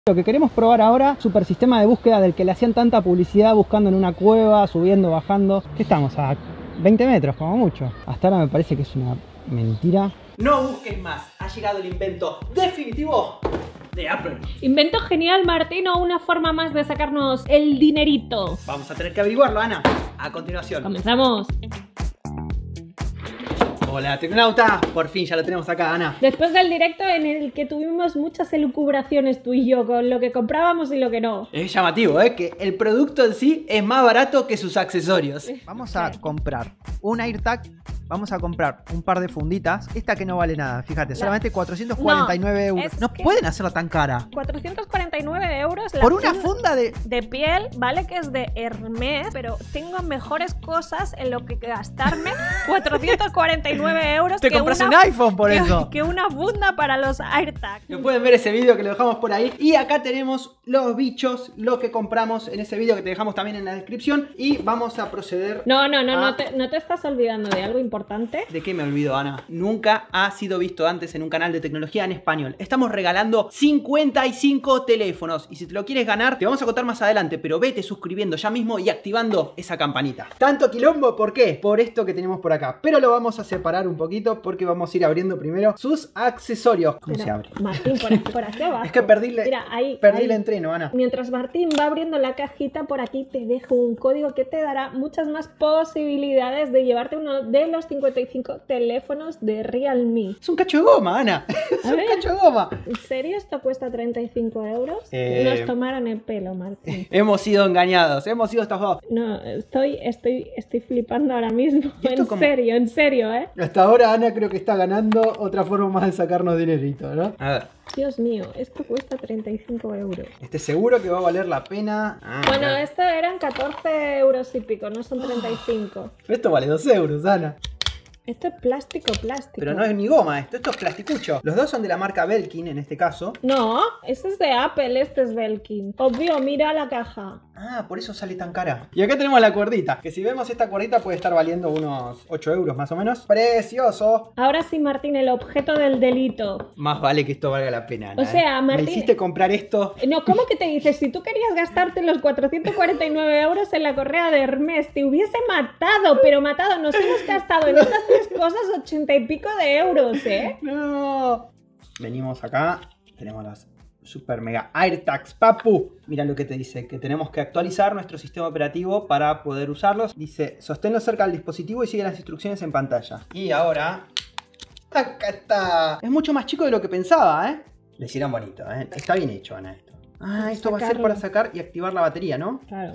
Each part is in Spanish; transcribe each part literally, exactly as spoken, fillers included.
Lo que queremos probar ahora, super sistema de búsqueda del que le hacían tanta publicidad buscando en una cueva, subiendo, bajando. ¿Qué estamos? A veinte metros, como mucho. Hasta ahora me parece que es una mentira. No busques más, ha llegado el invento definitivo de Apple. Invento genial, Martín, o una forma más de sacarnos el dinerito. Vamos a tener que averiguarlo, Ana. A continuación. Comenzamos. Hola, tecnonauta. Por fin ya lo tenemos acá, Ana. Después del directo en el que tuvimos muchas elucubraciones tú y yo con lo que comprábamos y lo que no. Es llamativo, ¿eh? Que el producto en sí es más barato que sus accesorios. Vamos a comprar un AirTag. Vamos a comprar un par de funditas. Esta que no vale nada, fíjate, solamente cuatrocientos cuarenta y nueve no, euros. es No que pueden hacerla tan cara. cuatrocientos cuarenta y nueve euros. Por una funda de... de piel, vale que es de Hermes, pero tengo mejores cosas en lo que gastarme cuatrocientos cuarenta y nueve euros. Te que compras una, un iPhone por que, eso. Que una funda para los AirTags. Que pueden ver ese vídeo que lo dejamos por ahí. Y acá tenemos los bichos, lo que compramos en ese vídeo que te dejamos también en la descripción. Y vamos a proceder. No, no, no, a... no, te, no te estás olvidando de algo importante. ¿De qué me olvido, Ana? Nunca ha sido visto antes en un canal de tecnología en español. Estamos regalando cincuenta y cinco teléfonos. Y si te lo quieres ganar, te vamos a contar más adelante. Pero vete suscribiendo ya mismo y activando esa campanita. Tanto quilombo, ¿por qué? Por esto que tenemos por acá. Pero lo vamos a separar un poquito porque vamos a ir abriendo primero sus accesorios. ¿Cómo Pero, se abre? Martín, por aquí, por aquí abajo. Es que perdí, le... Mira, ahí, perdí ahí. el entreno, Ana. Mientras Martín va abriendo la cajita, por aquí te dejo un código que te dará muchas más posibilidades de llevarte uno de los cincuenta y cinco teléfonos de Realme. Es un cacho de goma, Ana. Es A un ver. cacho de goma. ¿En serio esto cuesta treinta y cinco euros? Eh, Nos tomaron el pelo, Martín. Hemos sido engañados, hemos sido estafados. No, estoy, estoy, estoy flipando ahora mismo. ¿Y esto En cómo? serio, en serio, ¿eh? Hasta ahora Ana creo que está ganando otra forma más de sacarnos dinerito, ¿no? A ver, Dios mío, esto cuesta treinta y cinco euros. ¿esté seguro que va a valer la pena? Ah, Bueno, claro. esto eran catorce euros y pico, no son treinta y cinco. Esto vale dos euros, Ana. Esto es plástico, plástico. Pero no es ni goma esto, esto es plasticucho. Los dos son de la marca Belkin en este caso. No, este es de Apple, este es Belkin. Obvio, mira la caja. Ah, por eso sale tan cara. Y acá tenemos la cuerdita, que si vemos esta cuerdita puede estar valiendo unos ocho euros más o menos. ¡Precioso! Ahora sí, Martín, el objeto del delito. Más vale que esto valga la pena, Ana, O sea, ¿eh? Martín- Me hiciste comprar esto. No, ¿cómo que te dices? Si tú querías gastarte los cuatrocientos cuarenta y nueve euros en la correa de Hermes, te hubiese matado, pero matado. Nos hemos gastado en estas tres cosas ochenta y pico de euros, ¿eh? No. Venimos acá, tenemos las super mega AirTags, papu. Mira lo que te dice, que tenemos que actualizar nuestro sistema operativo para poder usarlos. Dice, sosténlo cerca del dispositivo y sigue las instrucciones en pantalla. Y ahora, acá está. Es mucho más chico de lo que pensaba, ¿eh? Le hicieron bonito, ¿eh? Está bien hecho, Ana, esto. Ah, esto va a ser Sacarlo. para sacar y activar la batería, ¿no? Claro.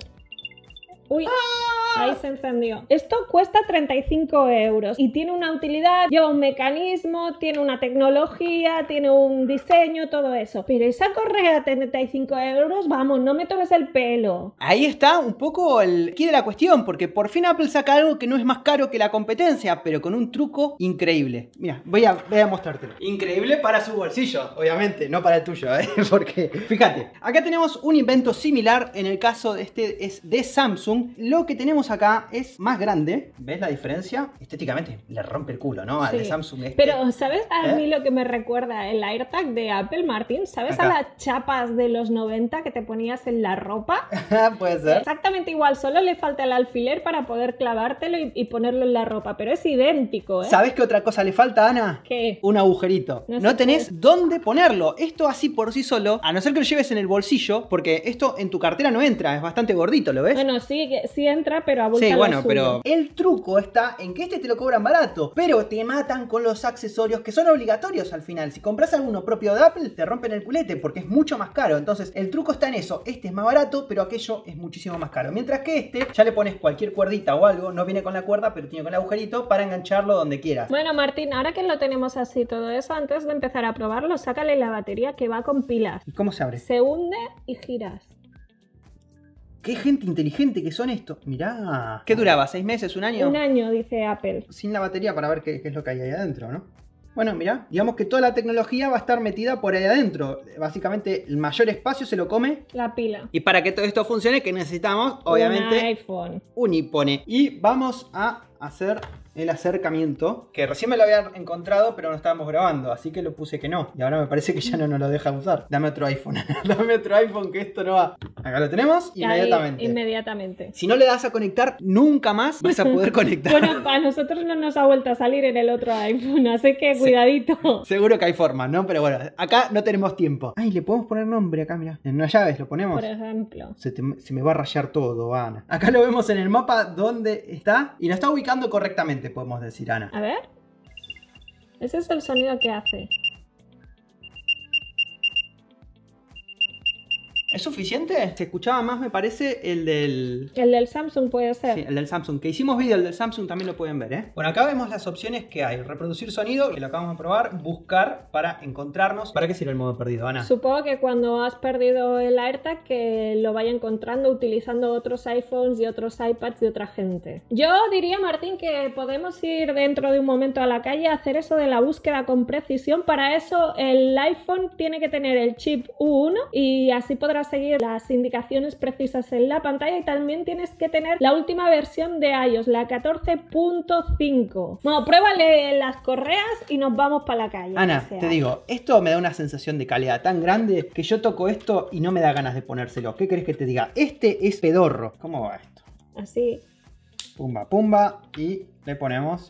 Uy, ahí se encendió. Esto cuesta treinta y cinco euros y tiene una utilidad, lleva un mecanismo, tiene una tecnología, tiene un diseño, todo eso. Pero esa correa de treinta y cinco euros, vamos, no me tomes el pelo. Ahí está un poco el quid de la cuestión, porque por fin Apple saca algo que no es más caro que la competencia, pero con un truco increíble. Mira, voy a, voy a mostrártelo. Increíble para su bolsillo, obviamente, no para el tuyo, ¿eh? Porque, fíjate, acá tenemos un invento similar, en el caso de este es de Samsung. Lo que tenemos acá es más grande, ¿ves la diferencia? Estéticamente le rompe el culo, ¿no? Al Sí. de Samsung este. Pero, ¿sabes a ¿Eh? mí lo que me recuerda el AirTag de Apple, Martín? ¿Sabes Acá. a las chapas de los noventa que te ponías en la ropa? Puede ser. Exactamente igual, solo le falta el alfiler para poder clavártelo y, y ponerlo en la ropa, pero es idéntico, ¿eh? ¿Sabes qué otra cosa le falta, Ana? ¿Qué? Un agujerito. No No, se tenés puede. dónde ponerlo. Esto así por sí solo, a no ser que lo lleves en el bolsillo, porque esto en tu cartera no entra, es bastante gordito, ¿lo ves? Bueno, sí, que- sí entra, pero abulta Sí, lo bueno, suyo. pero el truco está en que este te lo cobran barato, pero te matan con los accesorios que son obligatorios al final. Si compras alguno propio de Apple, te rompen el culete porque es mucho más caro. Entonces, el truco está en eso. Este es más barato, pero aquello es muchísimo más caro. Mientras que este, ya le pones cualquier cuerdita o algo, no viene con la cuerda, pero tiene con el agujerito para engancharlo donde quieras. Bueno, Martín, ahora que lo tenemos así todo eso, antes de empezar a probarlo, sácale la batería que va con pilas. ¿Y cómo se abre? Se hunde y giras. Qué gente inteligente que son estos. Mirá. ¿Qué duraba? ¿Seis meses? ¿Un año? Un año, dice Apple. Sin la batería para ver qué, qué es lo que hay ahí adentro, ¿no? Bueno, mira, digamos que toda la tecnología va a estar metida por ahí adentro. Básicamente el mayor espacio se lo come la pila. Y para que todo esto funcione, que necesitamos, obviamente, un iPhone. Un iPhone. Y vamos a hacer el acercamiento, que recién me lo había encontrado, pero no estábamos grabando, así que lo puse que no. Y ahora me parece que ya no nos lo deja usar. Dame otro iPhone. Dame otro iPhone, que esto no va. Acá lo tenemos, Ahí, inmediatamente. Inmediatamente. Si no le das a conectar, nunca más vas a poder conectar. Bueno, a nosotros no nos ha vuelto a salir en el otro iPhone, así que sí. Cuidadito. Seguro que hay forma, ¿no? Pero bueno, acá no tenemos tiempo. Ay, le podemos poner nombre acá, mira. En unas llaves lo ponemos. Por ejemplo. Se, te, se me va a rayar todo, Ana. Acá lo vemos en el mapa donde está y lo está ubicando correctamente, podemos decir, Ana. A ver. Ese es el sonido que hace. ¿Es suficiente? Se escuchaba más, me parece, el del... El del Samsung puede ser. Sí, el del Samsung. Que hicimos vídeo, el del Samsung también lo pueden ver, ¿eh? Bueno, acá vemos las opciones que hay. Reproducir sonido, que lo acabamos de probar. Buscar para encontrarnos. ¿Para qué sirve el modo perdido, Ana? Supongo que cuando has perdido el AirTag, que lo vaya encontrando utilizando otros iPhones y otros iPads de otra gente. Yo diría, Martín, que podemos ir dentro de un momento a la calle a hacer eso de la búsqueda con precisión. Para eso el iPhone tiene que tener el chip U uno y así podrás seguir las indicaciones precisas en la pantalla, y también tienes que tener la última versión de iOS, la catorce punto cinco. Bueno, pruébale las correas y nos vamos para la calle. Ana, te digo, esto me da una sensación de calidad tan grande que yo toco esto y no me da ganas de ponérselo. ¿Qué querés que te diga? Este es pedorro. ¿Cómo va esto? Así. Pumba, pumba, y le ponemos...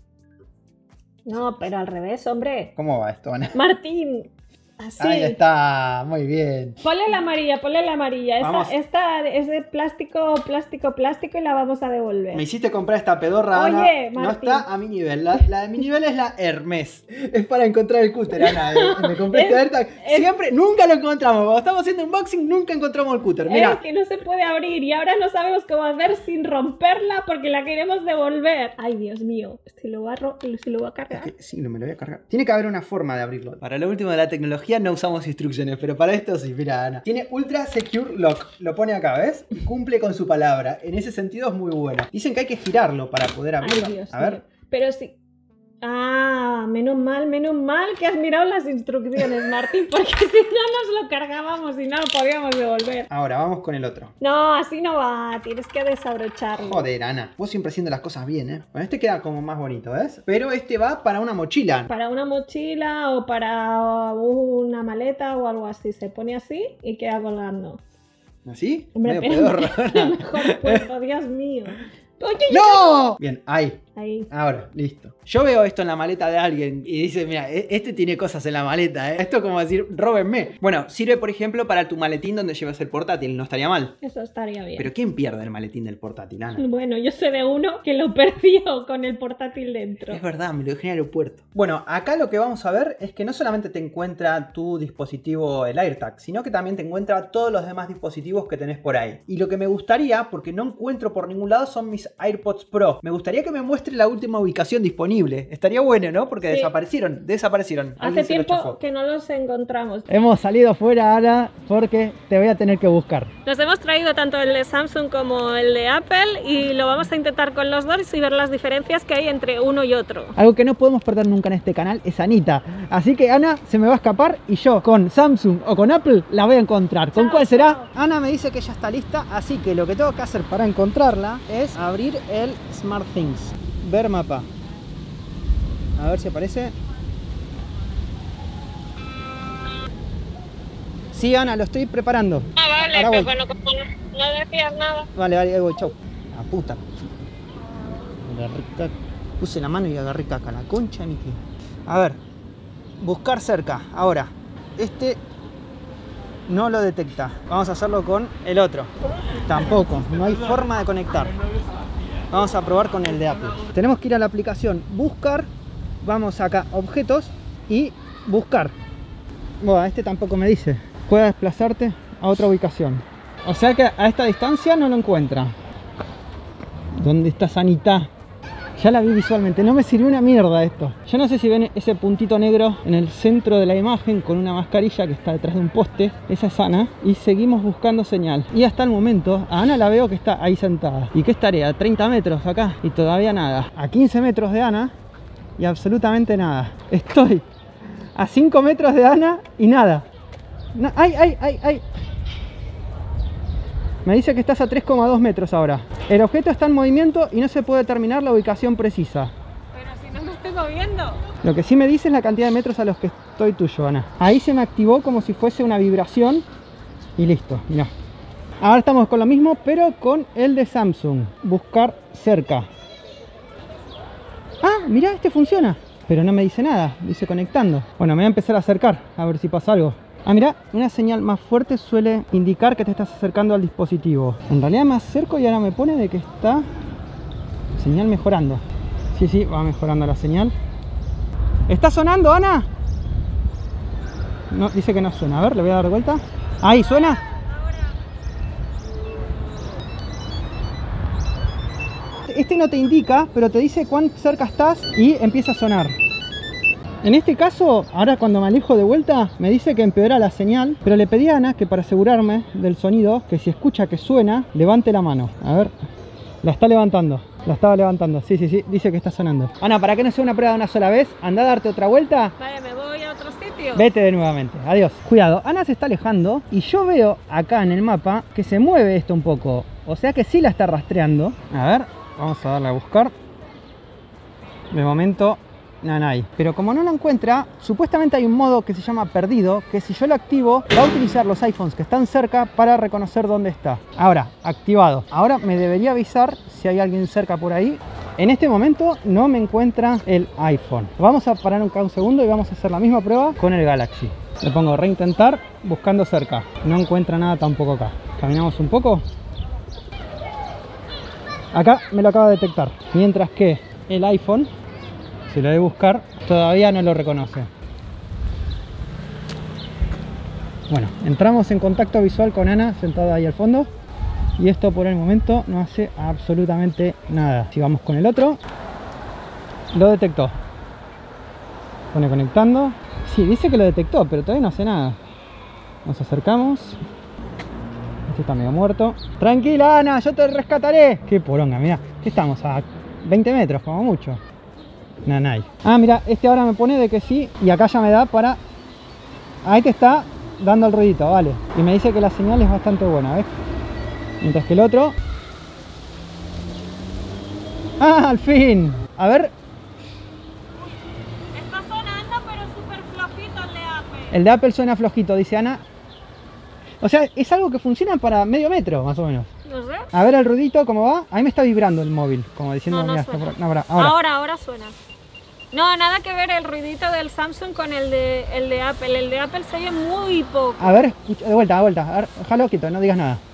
No, pero al revés, hombre. ¿Cómo va esto, Ana? Martín. Así. Ahí está, muy bien. Ponle la amarilla, ponle la amarilla. Esta, esta es de plástico, plástico, plástico y la vamos a devolver. Me hiciste comprar esta pedorra, Oye, Ana. Martín. No está a mi nivel. La, la de mi nivel es la Hermes. Es para encontrar el cúter, Ana. Me compré este AirTag. Siempre, nunca lo encontramos. Cuando estamos haciendo unboxing, nunca encontramos el cúter. Mira. Es que no se puede abrir y ahora no sabemos cómo hacer sin romperla porque la queremos devolver. Ay, Dios mío. Si lo va a, ro si lo va a cargar. Es que, sí, no me lo voy a cargar. Tiene que haber una forma de abrirlo. Para lo último de la tecnología no usamos instrucciones, pero para esto sí, mira, Ana. Tiene Ultra Secure Lock. Lo pone acá, ¿ves? Y cumple con su palabra. En ese sentido es muy bueno. Dicen que hay que girarlo para poder abrirlo. Ay, Dios a ver. mío. Pero sí. Ah, menos mal, menos mal que has mirado las instrucciones, Martín, porque si no nos lo cargábamos y no lo podíamos devolver. Ahora, vamos con el otro. No, así no va, tienes que desabrocharlo. Joder, Ana, vos siempre haciendo las cosas bien, ¿eh? Bueno, este queda como más bonito, ¿ves? Pero este va para una mochila. Para una mochila o para una maleta o algo así. Se pone así y queda colgando. ¿Así? Hombre, medio pero pedorro. mejor puesto, Dios mío. Oye, ¡No! Bien, ahí. Ahí. Ahora, listo. Yo veo esto en la maleta de alguien y dice, mira, este tiene cosas en la maleta, ¿eh? Esto es como decir, róbenme. Bueno, sirve, por ejemplo, para tu maletín donde llevas el portátil. No estaría mal. Eso estaría bien. Pero ¿quién pierde el maletín del portátil, Ana? Bueno, yo sé de uno que lo perdió con el portátil dentro. Es verdad, me lo dejé en el aeropuerto. Bueno, acá lo que vamos a ver es que no solamente te encuentra tu dispositivo, el AirTag, sino que también te encuentra todos los demás dispositivos que tenés por ahí. Y lo que me gustaría, porque no encuentro por ningún lado, son mis AirPods Pro. Me gustaría que me muestre la última ubicación disponible. Estaría bueno, ¿no? Porque sí. desaparecieron, desaparecieron. Hace tiempo que no los encontramos. Hemos salido fuera, Ana, porque te voy a tener que buscar. Nos hemos traído tanto el de Samsung como el de Apple y lo vamos a intentar con los dos y ver las diferencias que hay entre uno y otro. Algo que no podemos perder nunca en este canal es Anita. Así que Ana se me va a escapar y yo con Samsung o con Apple la voy a encontrar. ¿Con chao, cuál será? Chao. Ana me dice que ya está lista, así que lo que tengo que hacer para encontrarla es abrir el SmartThings. Ver mapa. A ver si aparece. Sí, Ana, lo estoy preparando. Ah, vale, Ahora pero voy. bueno, como no, no decías nada. Vale, vale, ahí voy, chau. La puta. Agarré caca. Puse la mano y agarré caca, la concha de mi tío. A ver, buscar cerca. Ahora, este no lo detecta. Vamos a hacerlo con el otro. Tampoco, no hay forma de conectar. Vamos a probar con el de Apple. Tenemos que ir a la aplicación Buscar. Vamos acá, objetos y buscar. Bueno, este tampoco me dice. Puedes desplazarte a otra ubicación. O sea que a esta distancia no lo encuentra. ¿Dónde está Sanita? Ya la vi visualmente, no me sirvió una mierda esto. Yo no sé si ven ese puntito negro en el centro de la imagen con una mascarilla que está detrás de un poste. Esa es Ana. Y seguimos buscando señal. Y hasta el momento, a Ana la veo que está ahí sentada. ¿Y qué estaría? ¿A treinta metros acá? Y todavía nada. A quince metros de Ana y absolutamente nada. Estoy a cinco metros de Ana y nada. No, ¡ay, ay, ay, ay! Me dice que estás a tres coma dos metros ahora. El objeto está en movimiento y no se puede determinar la ubicación precisa. Pero si no me estoy moviendo. Lo que sí me dice es la cantidad de metros a los que estoy tuyo, Ana. Ahí se me activó como si fuese una vibración y listo, mirá. Ahora estamos con lo mismo, pero con el de Samsung. Buscar cerca. Ah, mirá, este funciona. Pero no me dice nada, dice conectando. Bueno, me voy a empezar a acercar, a ver si pasa algo. Ah, mirá, una señal más fuerte suele indicar que te estás acercando al dispositivo. En realidad me acerco y ahora me pone de que está señal mejorando. Sí, sí, va mejorando la señal. ¿Está sonando, Ana? No, dice que no suena. A ver, le voy a dar vuelta. Ahí, ¿suena? Este no te indica, pero te dice cuán cerca estás y empieza a sonar. En este caso, ahora cuando me alejo de vuelta, me dice que empeora la señal, pero le pedí a Ana que para asegurarme del sonido, que si escucha que suena, levante la mano. A ver, la está levantando, la estaba levantando, sí, sí, sí, dice que está sonando. Ana, para que no sea una prueba de una sola vez, anda a darte otra vuelta. Vale, me voy a otro sitio. Vete de nuevamente, adiós. Cuidado, Ana se está alejando y yo veo acá en el mapa que se mueve esto un poco. O sea que sí la está rastreando. A ver, vamos a darle a buscar. De momento... Nanay. Pero como no lo encuentra, supuestamente hay un modo que se llama perdido, que si yo lo activo, va a utilizar los iPhones que están cerca para reconocer dónde está. Ahora, activado. Ahora me debería avisar si hay alguien cerca por ahí. En este momento no me encuentra el iPhone. Vamos a parar un, un segundo y vamos a hacer la misma prueba con el Galaxy. Le pongo reintentar, buscando cerca. No encuentra nada tampoco acá. Caminamos un poco. Acá me lo acaba de detectar. Mientras que el iPhone... si lo de buscar, todavía no lo reconoce. Bueno, entramos en contacto visual con Ana sentada ahí al fondo. Y esto por el momento no hace absolutamente nada. Si vamos con el otro, lo detectó. Pone conectando. Sí, dice que lo detectó, pero todavía no hace nada. Nos acercamos. Este está medio muerto. Tranquila, Ana, yo te rescataré. Qué poronga, mira. ¿Qué estamos? A veinte metros, como mucho. Nanay. Ah, mira, este ahora me pone de que sí. Y acá ya me da para... ahí te está dando el ruidito, vale. Y me dice que la señal es bastante buena, ¿ves? Mientras que el otro... ¡ah, al fin! A ver... está sonando, pero súper flojito el de Apple. El de Apple suena flojito, dice Ana. O sea, es algo que funciona para medio metro, más o menos. No sé. A ver el ruidito, ¿cómo va? A mí me está vibrando el móvil, como diciendo... No, no mira, suena. está por... no, ahora, ahora. ahora, ahora suena. No, nada que ver el ruidito del Samsung con el de, el de Apple. El de Apple se oye muy poco. A ver, escucha, de vuelta, de vuelta. A ver, déjalo quieto, no digas nada.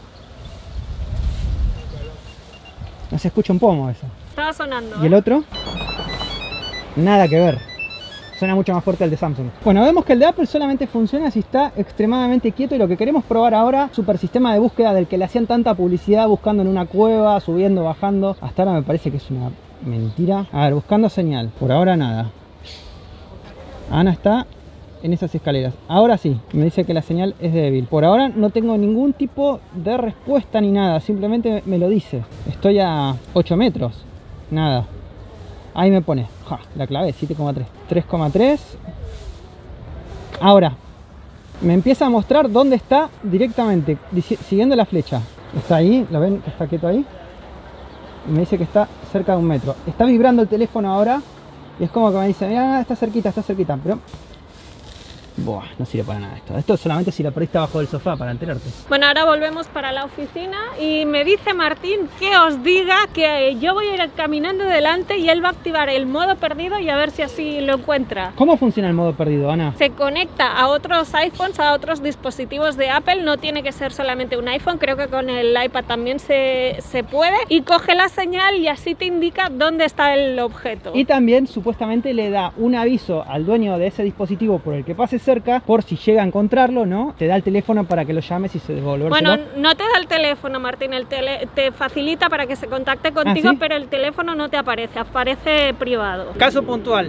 No se escucha un pomo eso. Estaba sonando. ¿Y el ¿eh? otro? Nada que ver. Suena mucho más fuerte el de Samsung. Bueno, vemos que el de Apple solamente funciona si está extremadamente quieto. Y lo que queremos probar ahora, super sistema de búsqueda del que le hacían tanta publicidad, buscando en una cueva, subiendo, bajando. Hasta ahora me parece que es una mentira. A ver, buscando señal. Por ahora nada. Ana está en esas escaleras. Ahora sí, me dice que la señal es débil. Por ahora no tengo ningún tipo de respuesta ni nada. Simplemente me lo dice. Estoy a ocho metros. Nada. Ahí me pone. Ja, la clave, siete coma tres. tres coma tres. Ahora. Me empieza a mostrar dónde está directamente. Siguiendo la flecha. Está ahí. ¿Lo ven que está quieto ahí? Y me dice que está cerca de un metro. Está vibrando el teléfono ahora. Y es como que me dice, mira, está cerquita, está cerquita. Pero... buah, no sirve para nada esto. Esto solamente si la perdiste abajo del sofá para enterarte. Bueno, ahora volvemos para la oficina y me dice Martín que os diga que yo voy a ir caminando delante y él va a activar el modo perdido y a ver si así lo encuentra. ¿Cómo funciona el modo perdido, Ana? Se conecta a otros iPhones, a otros dispositivos de Apple, no tiene que ser solamente un iPhone, creo que con el iPad también se, se puede, y coge la señal y así te indica dónde está el objeto. Y también supuestamente le da un aviso al dueño de ese dispositivo por el que pase cerca, por si llega a encontrarlo, ¿no? Te da el teléfono para que lo llames y se devuelve. Bueno, no te da el teléfono, Martín, el tele te facilita para que se contacte contigo, ¿Ah, sí? Pero el teléfono no te aparece, aparece privado. Caso puntual.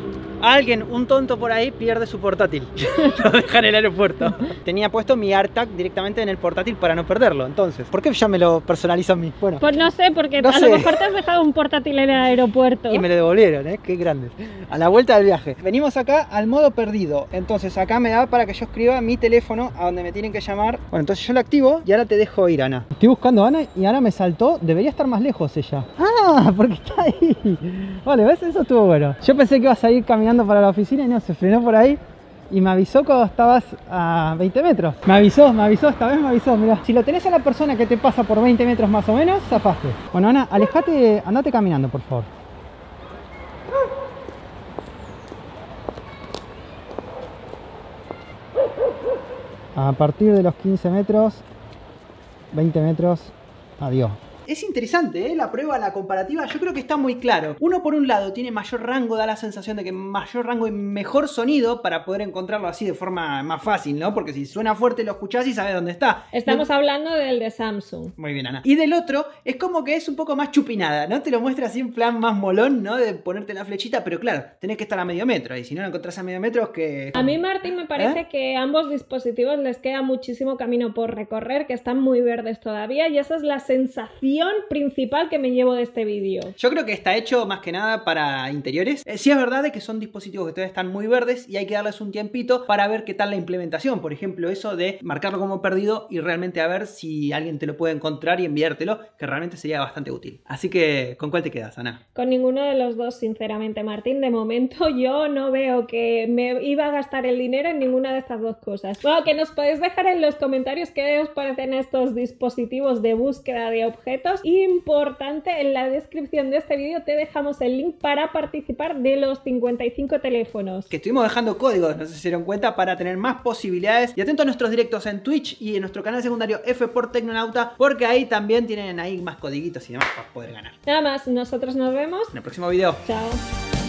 Alguien, un tonto por ahí, pierde su portátil. Lo deja en el aeropuerto. Tenía puesto mi AirTag directamente en el portátil para no perderlo. Entonces, ¿por qué ya me lo personaliza a mí? Bueno, Pues no sé, porque No a sé. lo mejor te has dejado un portátil en el aeropuerto. y me lo devolvieron, ¿eh? Qué grandes. A la vuelta del viaje. Venimos acá al modo perdido. Entonces acá me da para que yo escriba mi teléfono a donde me tienen que llamar. Bueno, entonces yo lo activo y ahora te dejo ir, Ana. Estoy buscando a Ana y Ana me saltó. Debería estar más lejos ella. Ah, porque está ahí. Vale, ¿ves? Eso estuvo bueno. Yo pensé que ibas a ir caminando para la oficina y no, se frenó por ahí. Y me avisó cuando estabas a veinte metros. Me avisó, me avisó, esta vez me avisó. Mirá, si lo tenés a la persona que te pasa por veinte metros más o menos, zafaste. Bueno, Ana, alejate, andate caminando, por favor. A partir de los quince metros, veinte metros, adiós. Es interesante, ¿eh? La prueba, la comparativa, yo creo que está muy claro. Uno por un lado tiene mayor rango, da la sensación de que mayor rango y mejor sonido para poder encontrarlo así de forma más fácil, ¿no? Porque si suena fuerte lo escuchás y sabes dónde está. Estamos No... hablando del de Samsung. Muy bien, Ana. Y del otro es como que es un poco más chupinada, ¿no? Te lo muestra así en plan más molón, ¿no? De ponerte la flechita, pero claro, tenés que estar a medio metro y si no lo encontrás a medio metro es que... A mí, Martín, me parece ¿Eh? que a ambos dispositivos les queda muchísimo camino por recorrer, que están muy verdes todavía, y esa es la sensación principal que me llevo de este vídeo. Yo creo que está hecho más que nada para interiores. Eh, sí es verdad de que son dispositivos que todavía están muy verdes y hay que darles un tiempito para ver qué tal la implementación. Por ejemplo, eso de marcarlo como perdido y realmente a ver si alguien te lo puede encontrar y enviártelo, que realmente sería bastante útil. Así que, ¿con cuál te quedas, Ana? Con ninguno de los dos, sinceramente, Martín. De momento yo no veo que me iba a gastar el dinero en ninguna de estas dos cosas. Bueno, que nos podéis dejar en los comentarios qué os parecen estos dispositivos de búsqueda de objetos. Importante, en la descripción de este vídeo te dejamos el link para participar de los cincuenta y cinco teléfonos. Que estuvimos dejando códigos, no sé si se dieron cuenta, para tener más posibilidades. Y atento a nuestros directos en Twitch y en nuestro canal secundario F por Tecnonauta, porque ahí también tienen ahí más codiguitos y demás para poder ganar. Nada más, nosotros nos vemos. En el próximo video. Chao.